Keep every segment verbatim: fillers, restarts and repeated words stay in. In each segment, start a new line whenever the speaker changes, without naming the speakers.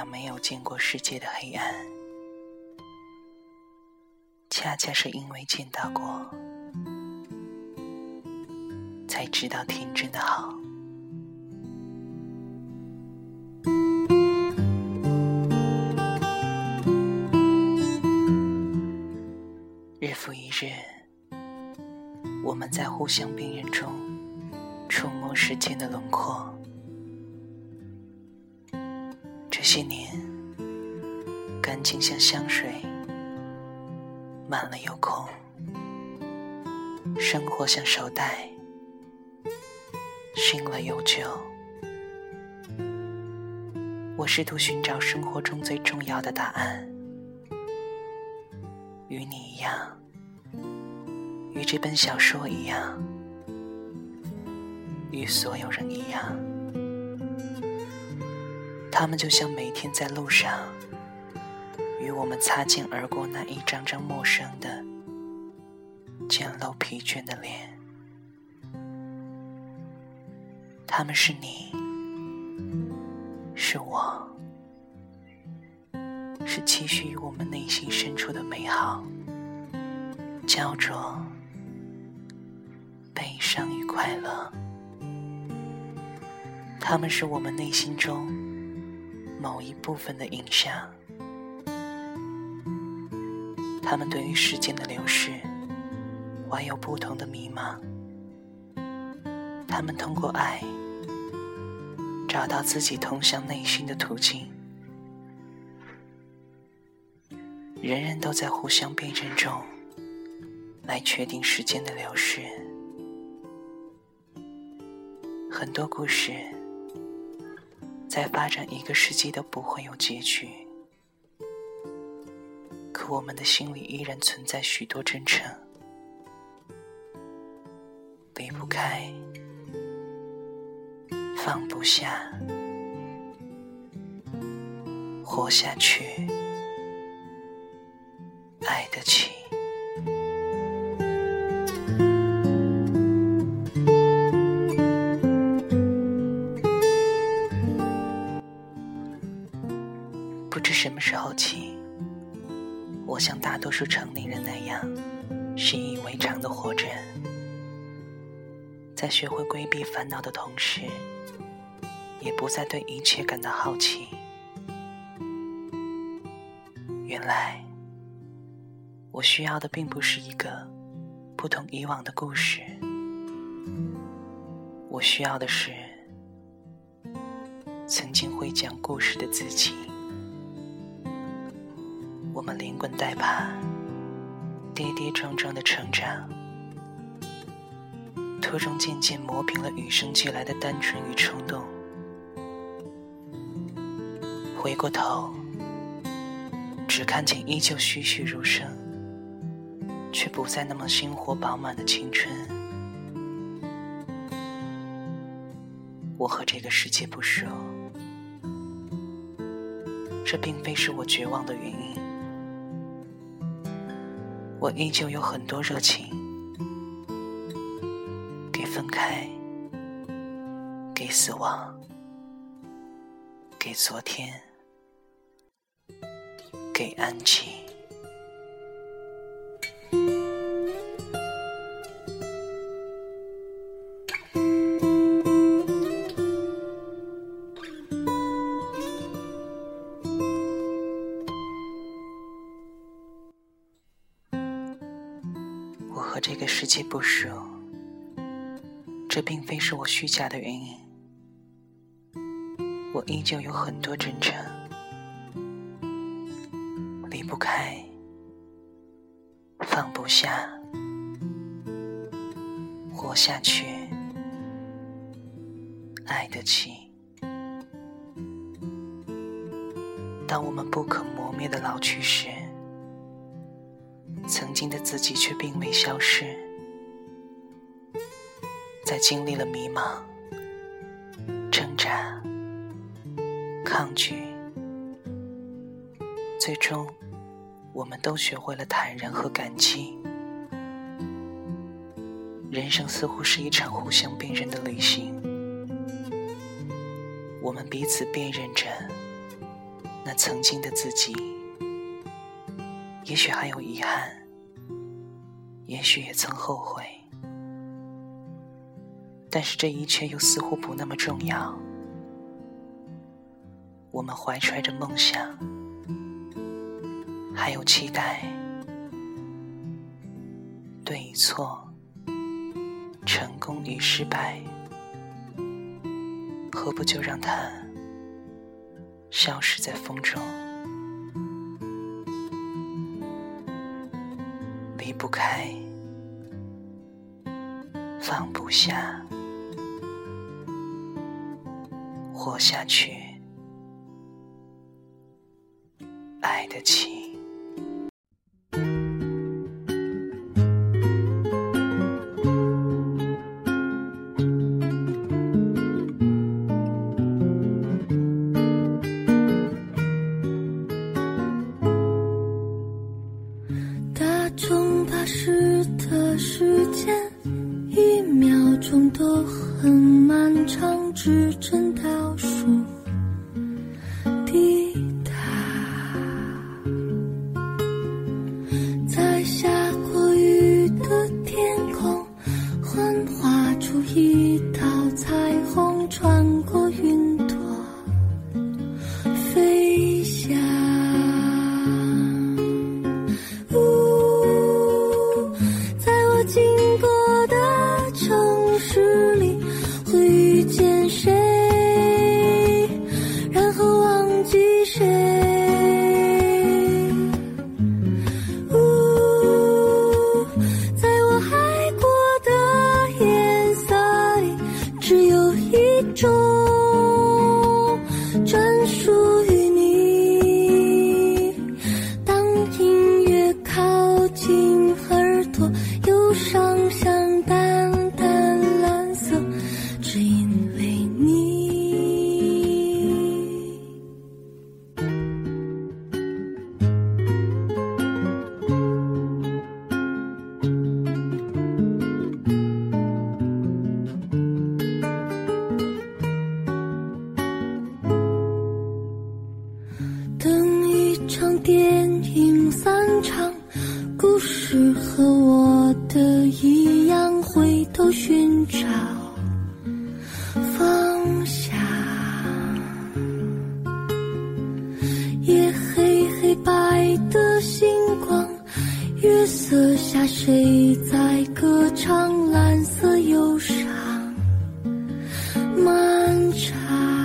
没有见过世界的黑暗，恰恰是因为见到过，才知道天真的好。日复一日，我们在互相辨认中触摸时间的轮廓。这些年，感情像香水，满了又空；生活像手袋，熏了又旧。我试图寻找生活中最重要的答案，与你一样，与这本小说一样，与所有人一样。他们就像每天在路上与我们擦肩而过那一张张陌生的简陋疲倦的脸。他们是你，是我，是期许于我们内心深处的美好，焦灼、悲伤与快乐。他们是我们内心中某一部分的影像，他们对于时间的流逝怀有不同的迷茫。他们通过爱找到自己通向内心的途径。人人都在互相辨认中来确定时间的流逝。很多故事在发展一个世纪都不会有结局，可我们的心里依然存在许多真诚，离不开，放不下，活下去，爱得起。不知什么时候起，我像大多数成年人那样习以为常地活着，在学会规避烦恼的同时，也不再对一切感到好奇。原来我需要的并不是一个不同以往的故事，我需要的是曾经会讲故事的自己。我们连滚带爬，跌跌撞撞的成长，途中渐渐磨平了与生俱来的单纯与冲动。回过头，只看见依旧栩栩如生，却不再那么鲜活饱满的青春。我和这个世界不熟，这并非是我绝望的原因。我依旧有很多热情，给分开，给死亡，给昨天，给安静。我和这个世界不熟，这并非是我虚假的原因。我依旧有很多真诚，离不开，放不下，活下去，爱得起。当我们不可磨灭的老去时，曾经的自己却并未消失。在经历了迷茫、挣扎、抗拒，最终我们都学会了坦然和感激。人生似乎是一场互相辨认的旅行，我们彼此辨认着那曾经的自己，也许还有遗憾，也许也曾后悔，但是这一切又似乎不那么重要。我们怀揣着梦想，还有期待，对与错，成功与失败，何不就让它消失在风中？离不开，放不下，活下去，爱得起。
大钟巴士的时间，一秒钟都很漫长，指针倒数抵达。在下过雨的天空，幻化出一道彩虹，穿过云朵飞翔。经过的城市里，会遇见谁，然后忘记谁。呜，在我爱过的颜色里，只有一种专属于你。当音乐靠近耳朵，忧伤像淡淡蓝色，只因为你。等一场电影散场，故事和我的一样，回头寻找方向。夜黑黑白的星光，月色下谁在歌唱？蓝色忧伤漫长。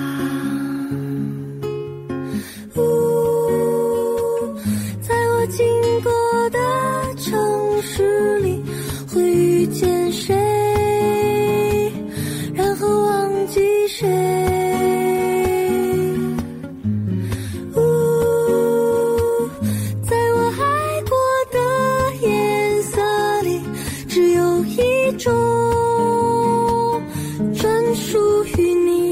呜，在我经过的城市里，会遇见谁，然后忘记谁。呜，在我爱过的颜色里，只有一种专属于你。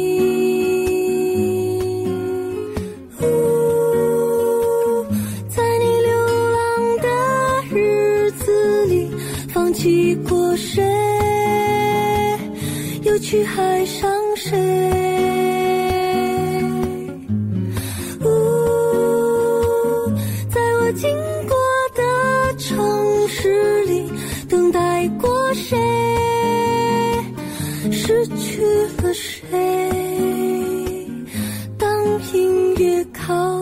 放弃过谁，又去爱上谁。呜，在我经过的城市里，等待过谁，失去了谁。当音乐靠